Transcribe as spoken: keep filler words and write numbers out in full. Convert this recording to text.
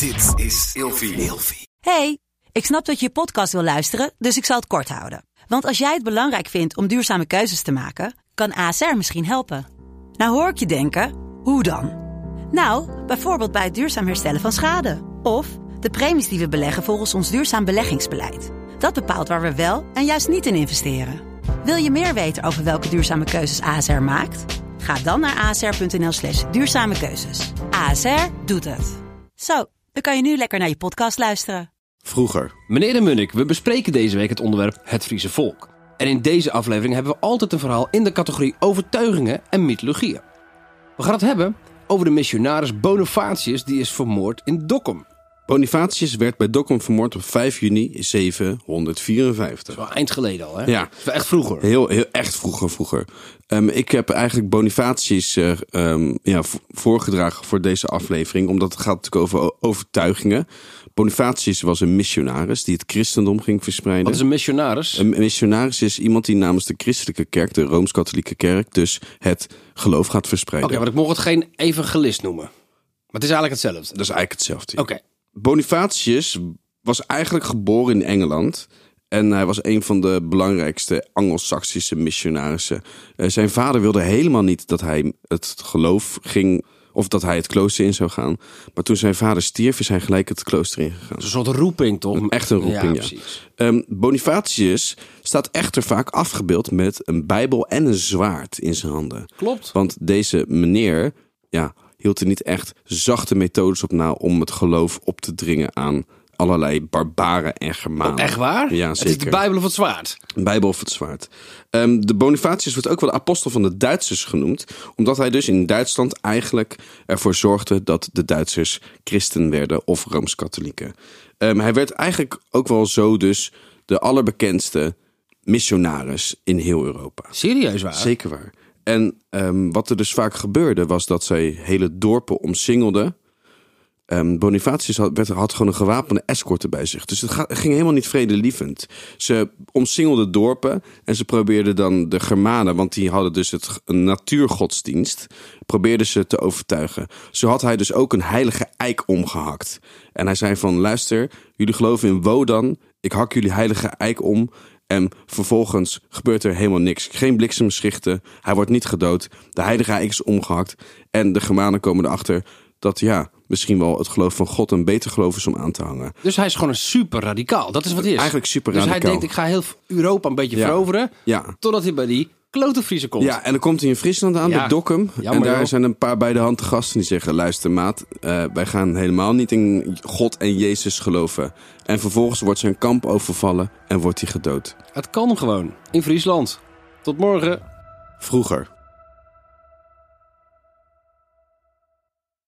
Dit is Ilfie. Hey, ik snap dat je je podcast wil luisteren, dus ik zal het kort houden. Want als jij het belangrijk vindt om duurzame keuzes te maken, kan A S R misschien helpen. Nou hoor ik je denken, hoe dan? Nou, bijvoorbeeld bij het duurzaam herstellen van schade. Of de premies die we beleggen volgens ons duurzaam beleggingsbeleid. Dat bepaalt waar we wel en juist niet in investeren. Wil je meer weten over welke duurzame keuzes A S R maakt? Ga dan naar asr.nl slash duurzame keuzes. A S R doet het. Zo, dan kan je nu lekker naar je podcast luisteren. Vroeger. Meneer de Munnik, we bespreken deze week het onderwerp het Friese volk. En in deze aflevering hebben we altijd een verhaal in de categorie overtuigingen en mythologieën. We gaan het hebben over de missionaris Bonifatius die is vermoord in Dokkum. Bonifatius werd bij Dokkum vermoord op vijf juni zevenhonderdvierenvijftig. Dat is wel eind geleden al, hè? Ja. Dat is wel echt vroeger. Heel, heel echt vroeger, vroeger. Um, ik heb eigenlijk Bonifatius uh, um, ja, v- voorgedragen voor deze aflevering, omdat het gaat natuurlijk over o- overtuigingen. Bonifatius was een missionaris die het christendom ging verspreiden. Wat is een missionaris? Een missionaris is iemand die namens de christelijke kerk, de Rooms-Katholieke kerk, dus het geloof gaat verspreiden. Oké, okay, maar ik mocht het geen evangelist noemen. Maar het is eigenlijk hetzelfde. Dat is eigenlijk hetzelfde. Oké. Okay. Bonifatius was eigenlijk geboren in Engeland. En hij was een van de belangrijkste Angelsaksische missionarissen. Uh, zijn vader wilde helemaal niet dat hij het geloof ging, of dat hij het klooster in zou gaan. Maar toen zijn vader stierf, is hij gelijk het klooster ingegaan. Een soort roeping, toch? Een, echt een roeping, ja. ja. Precies. Um, Bonifatius staat echter vaak afgebeeld met een bijbel en een zwaard in zijn handen. Klopt. Want deze meneer, ja, hield er niet echt zachte methodes op na om het geloof op te dringen aan allerlei barbaren en Germanen. Oh, echt waar? Ja, zeker. Het is de Bijbel of het zwaard? Een Bijbel of het zwaard. Um, de Bonifatius wordt ook wel de apostel van de Duitsers genoemd, omdat hij dus in Duitsland eigenlijk ervoor zorgde dat de Duitsers christen werden of Rooms-Katholieken. Um, hij werd eigenlijk ook wel zo dus de allerbekendste missionaris in heel Europa. Serieus waar? Zeker waar. En um, wat er dus vaak gebeurde, was dat zij hele dorpen omsingelden. Um, Bonifatius had, werd, had gewoon een gewapende escorte bij zich. Dus het, ga, het ging helemaal niet vredelievend. Ze omsingelden dorpen en ze probeerden dan de Germanen, want die hadden dus het, een natuurgodsdienst, probeerden ze te overtuigen. Zo had hij dus ook een heilige eik omgehakt. En hij zei van, luister, jullie geloven in Wodan, ik hak jullie heilige eik om. En vervolgens gebeurt er helemaal niks. Geen bliksemschichten. Hij wordt niet gedood. De heilige eik is omgehakt. En de Germanen komen erachter dat ja, misschien wel het geloof van God een beter geloof is om aan te hangen. Dus hij is gewoon een super radicaal. Dat is wat hij is. Eigenlijk super dus radicaal. Dus hij denkt, ik ga heel Europa een beetje ja. veroveren. Ja. Totdat hij bij die klote Friese komt. Ja, en dan komt hij in Friesland aan, ja. bij Dokkum. Jammer, en daar joh. zijn een paar bij de hand te gasten die zeggen, luister maat, uh, wij gaan helemaal niet in God en Jezus geloven. En vervolgens wordt zijn kamp overvallen en wordt hij gedood. Het kan gewoon. In Friesland. Tot morgen. Vroeger.